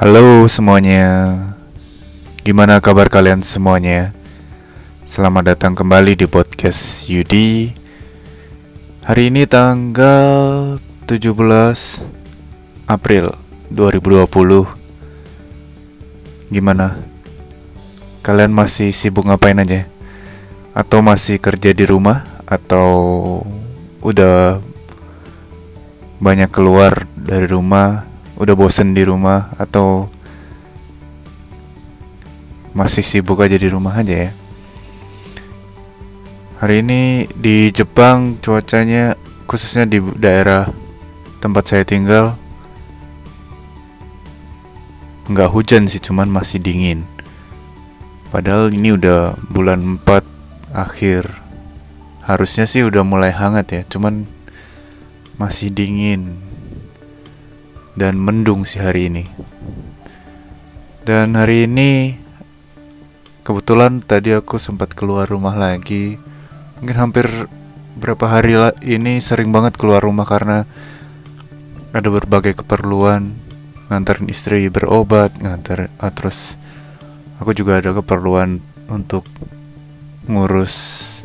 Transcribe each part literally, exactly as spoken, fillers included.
Halo semuanya, gimana kabar kalian semuanya? Selamat datang kembali di podcast Yudi. Hari ini tanggal tujuh belas April dua ribu dua puluh. Gimana? Kalian masih sibuk ngapain aja? Atau masih kerja di rumah? Atau udah banyak keluar dari rumah? Udah bosen di rumah? Atau masih sibuk aja di rumah aja ya? Hari ini di Jepang cuacanya, khususnya di daerah tempat saya tinggal, nggak hujan sih, cuman masih dingin. Padahal ini udah bulan empat akhir. Harusnya sih udah mulai hangat ya, cuman masih dingin dan mendung sih hari ini. Dan hari ini kebetulan tadi aku sempat keluar rumah lagi. Mungkin hampir berapa hari lah ini sering banget keluar rumah karena ada berbagai keperluan, nganterin istri berobat, nganter ah, terus aku juga ada keperluan untuk ngurus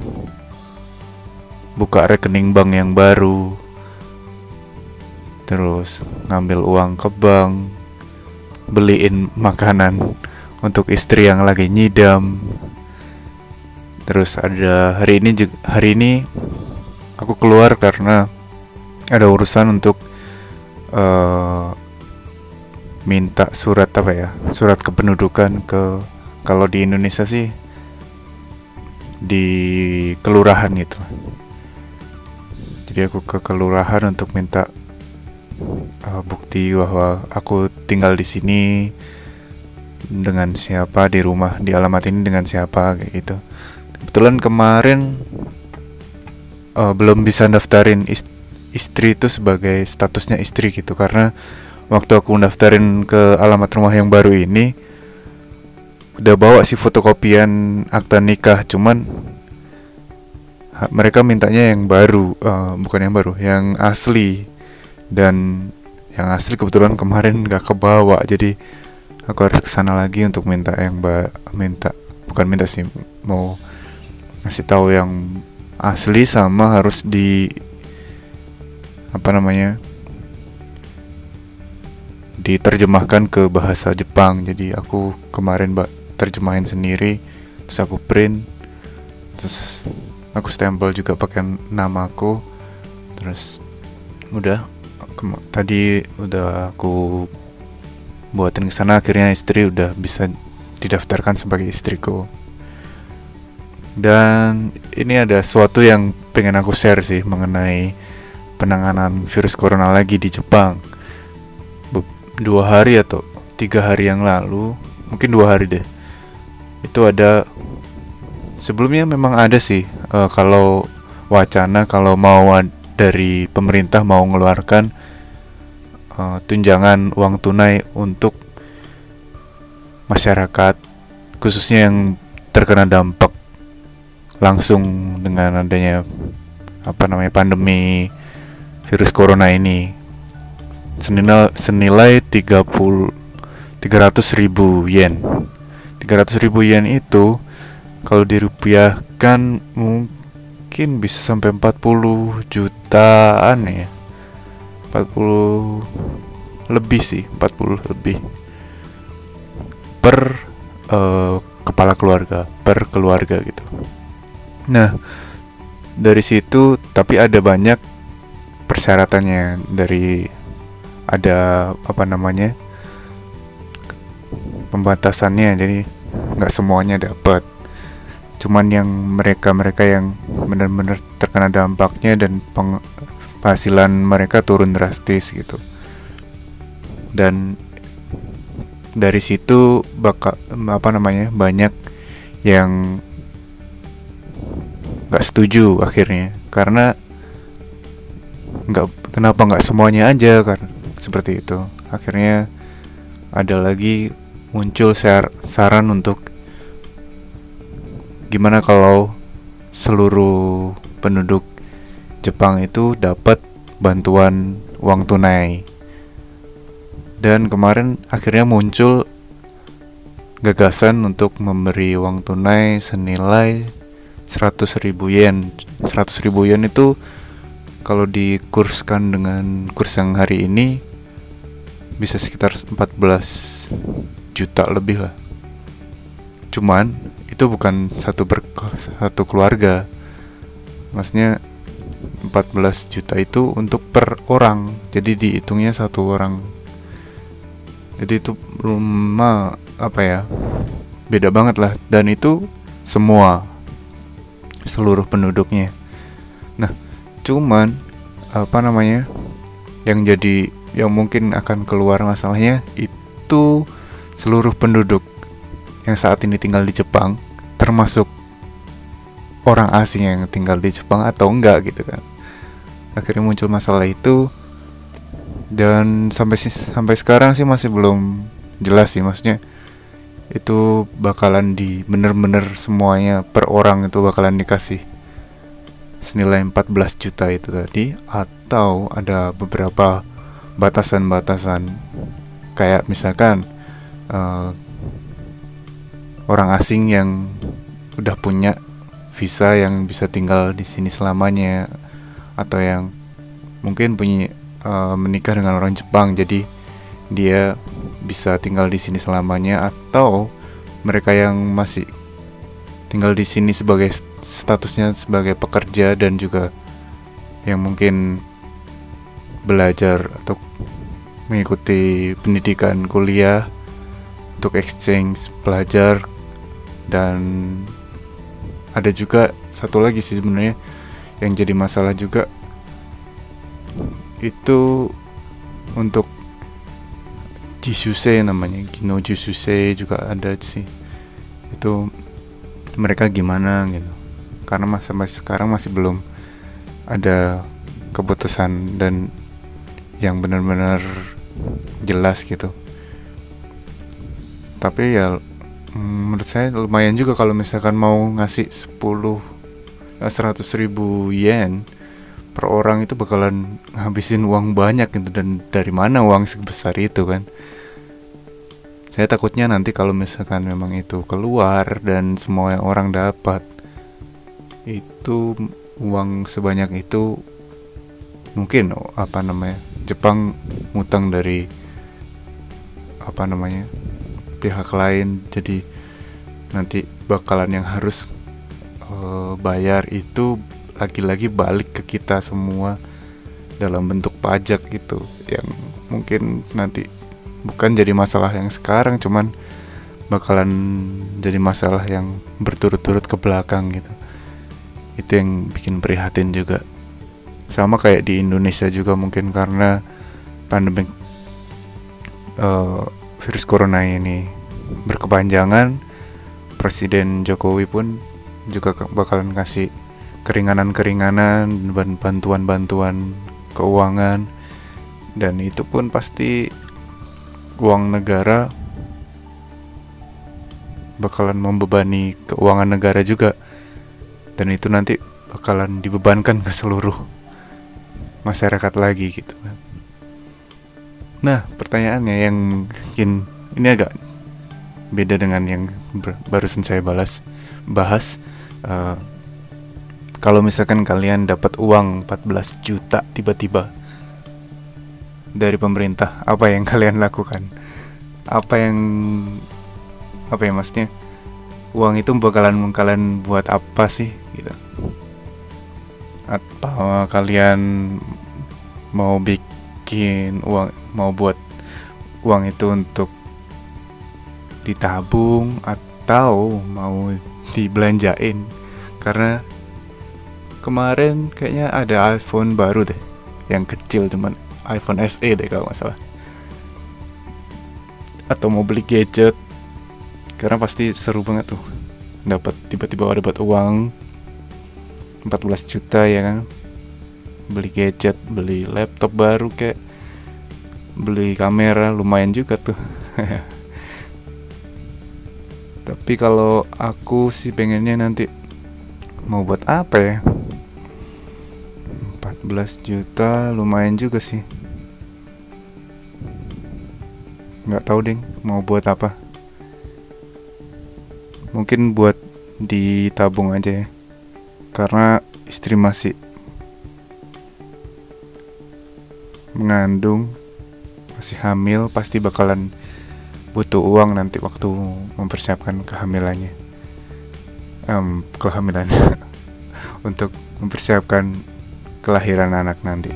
buka rekening bank yang baru, terus ngambil uang ke bank, beliin makanan untuk istri yang lagi nyidam. Terus ada hari ini juga, hari ini aku keluar karena ada urusan untuk uh, minta surat apa ya, surat kependudukan ke, kalau di Indonesia sih di kelurahan gitu. Jadi aku ke kelurahan untuk minta uh, bukti bahwa aku tinggal di sini dengan siapa, di rumah di alamat ini dengan siapa, kayak gitu. Kebetulan kemarin uh, belum bisa daftarin ist- istri itu sebagai statusnya istri gitu, karena waktu aku daftarin ke alamat rumah yang baru ini udah bawa sih fotokopian akta nikah, cuman ha, mereka mintanya yang baru, uh, bukan yang baru, yang asli. Dan yang asli kebetulan kemarin gak kebawa, jadi aku harus kesana lagi untuk minta yang ba- minta bukan minta sih, mau ngasih tahu yang asli, sama harus di apa namanya diterjemahkan ke bahasa Jepang. Jadi aku kemarin mbak terjemahin sendiri, terus aku print, terus aku stempel juga pakai namaku, terus udah Kem- tadi udah aku buatin kesana. Akhirnya istri udah bisa didaftarkan sebagai istriku. Dan ini ada sesuatu yang pengen aku share sih mengenai penanganan virus corona lagi di Jepang. Be- dua hari atau tiga hari yang lalu, mungkin dua hari deh, itu ada, sebelumnya memang ada sih uh, kalau wacana kalau mau ad- dari pemerintah mau mengeluarkan uh, tunjangan uang tunai untuk masyarakat, khususnya yang terkena dampak langsung dengan adanya apa namanya pandemi virus corona ini, senilai senilai tiga puluh tiga ratus ribu yen. tiga ratus ribu yen itu kalau dirupiahkan mungkin bisa sampai empat puluh jutaan ya. empat puluh lebih sih, empat puluh lebih per uh, kepala keluarga, per keluarga gitu. Nah, dari situ tapi ada banyak persyaratannya, dari ada apa namanya pembatasannya, jadi nggak semuanya dapat. Cuman yang mereka-mereka yang benar-benar terkena dampaknya dan peng- penghasilan mereka turun drastis gitu. Dan dari situ bakal apa namanya banyak yang nggak setuju akhirnya, karena nggak kenapa nggak semuanya aja kan, seperti itu. Akhirnya ada lagi muncul sar- saran untuk gimana kalau seluruh penduduk Jepang itu dapat bantuan uang tunai. Dan kemarin akhirnya muncul gagasan untuk memberi uang tunai senilai seratus ribu yen. seratus ribu yen itu kalau dikurskan dengan kurs yang hari ini bisa sekitar empat belas juta lebih lah. Cuman itu bukan satu ber, satu keluarga. Maksudnya empat belas juta itu untuk per orang. Jadi dihitungnya satu orang. Jadi itu rumah apa ya? Beda banget lah, dan itu semua seluruh penduduknya. Nah, cuman apa namanya? Yang jadi yang mungkin akan keluar masalahnya itu seluruh penduduk yang saat ini tinggal di Jepang, termasuk orang asing yang tinggal di Jepang atau enggak gitu kan. Akhirnya muncul masalah itu, dan sampai sampai sekarang sih masih belum jelas sih, maksudnya itu bakalan di bener-bener semuanya per orang itu bakalan dikasih senilai empat belas juta itu tadi, atau ada beberapa batasan-batasan kayak misalkan uh, orang asing yang udah punya visa yang bisa tinggal di sini selamanya, atau yang mungkin punya uh, menikah dengan orang Jepang jadi dia bisa tinggal di sini selamanya, atau mereka yang masih tinggal di sini sebagai statusnya sebagai pekerja dan juga yang mungkin belajar atau mengikuti pendidikan kuliah untuk exchange pelajar. Dan ada juga satu lagi sih sebenarnya yang jadi masalah juga, itu untuk Jisuse namanya, Gino Jisuse juga ada sih. Itu mereka gimana gitu, karena mas sampai sekarang masih belum ada keputusan dan yang benar-benar jelas gitu. Tapi ya menurut saya lumayan juga kalau misalkan mau ngasih sepuluh seratus ribu yen per orang, itu bakalan ngabisin uang banyak gitu. Dan dari mana uang sebesar itu kan? Saya takutnya nanti kalau misalkan memang itu keluar dan semua orang dapat itu uang sebanyak itu, mungkin apa namanya, Jepang ngutang dari apa namanya pihak lain, jadi nanti bakalan yang harus uh, bayar itu lagi-lagi balik ke kita semua dalam bentuk pajak gitu, yang mungkin nanti bukan jadi masalah yang sekarang, cuman bakalan jadi masalah yang berturut-turut ke belakang gitu. Itu yang bikin prihatin juga. Sama kayak di Indonesia juga, mungkin karena pandemi uh, virus corona ini berkepanjangan, Presiden Jokowi pun juga bakalan kasih keringanan-keringanan, bantuan-bantuan keuangan, dan itu pun pasti uang negara bakalan membebani keuangan negara juga, dan itu nanti bakalan dibebankan ke seluruh masyarakat lagi gitu kan. Nah, pertanyaannya yang mungkin ini agak beda dengan yang ber- barusan saya balas bahas. Uh, kalau misalkan kalian dapat uang empat belas juta tiba-tiba dari pemerintah, apa yang kalian lakukan? Apa yang apa ya maksudnya? Uang itu bakalan kalian buat apa sih gitu? Apa kalian mau bikin uang, mau buat uang itu untuk ditabung atau mau dibelanjain? Karena kemarin kayaknya ada iPhone baru deh, yang kecil, cuman iPhone S E deh kalau nggak salah. Atau mau beli gadget, karena pasti seru banget tuh dapat tiba-tiba dapat uang empat belas juta ya kan, beli gadget, beli laptop baru, kayak beli kamera, lumayan juga tuh. Tapi kalau aku sih pengennya nanti mau buat apa ya, empat belas juta lumayan juga sih. nggak tahu deh mau buat apa. Mungkin buat ditabung aja ya, karena istri masih mengandung, masih hamil, pasti bakalan butuh uang nanti waktu mempersiapkan kehamilannya, um, kehamilannya untuk mempersiapkan kelahiran anak nanti.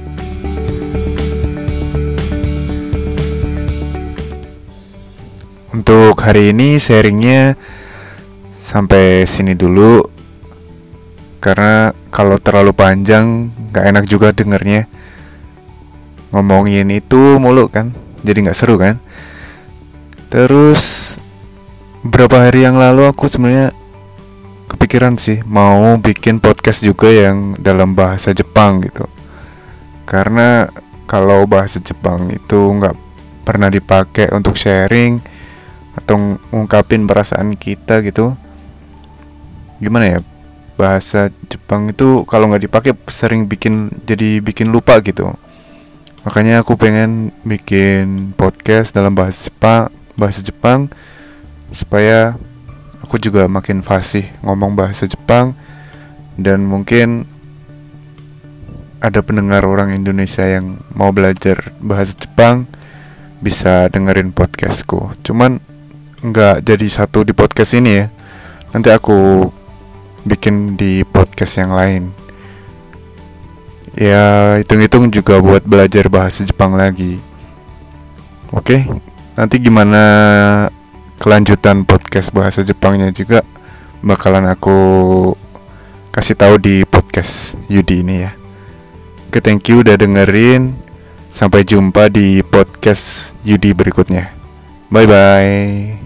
Untuk hari ini sharingnya sampai sini dulu, karena kalau terlalu panjang gak enak juga dengernya. Ngomongin itu mulu kan, jadi gak seru kan. Terus beberapa hari yang lalu aku sebenarnya kepikiran sih mau bikin podcast juga yang dalam bahasa Jepang gitu. Karena kalau bahasa Jepang itu gak pernah dipakai untuk sharing atau ngungkapin perasaan kita gitu. Gimana ya, bahasa Jepang itu kalau nggak dipakai sering bikin jadi bikin lupa gitu. Makanya aku pengen bikin podcast dalam bahasa Jepang, bahasa Jepang supaya aku juga makin fasih ngomong bahasa Jepang, dan mungkin ada pendengar orang Indonesia yang mau belajar bahasa Jepang bisa dengerin podcastku. Cuman nggak jadi satu di podcast ini ya. Nanti aku bikin di podcast yang lain. Ya hitung-hitung juga buat belajar bahasa Jepang lagi. Oke, nanti gimana kelanjutan podcast bahasa Jepangnya juga bakalan aku kasih tahu di podcast Yudi ini ya. Oke, thank you udah dengerin. Sampai jumpa di podcast Yudi berikutnya. Bye bye.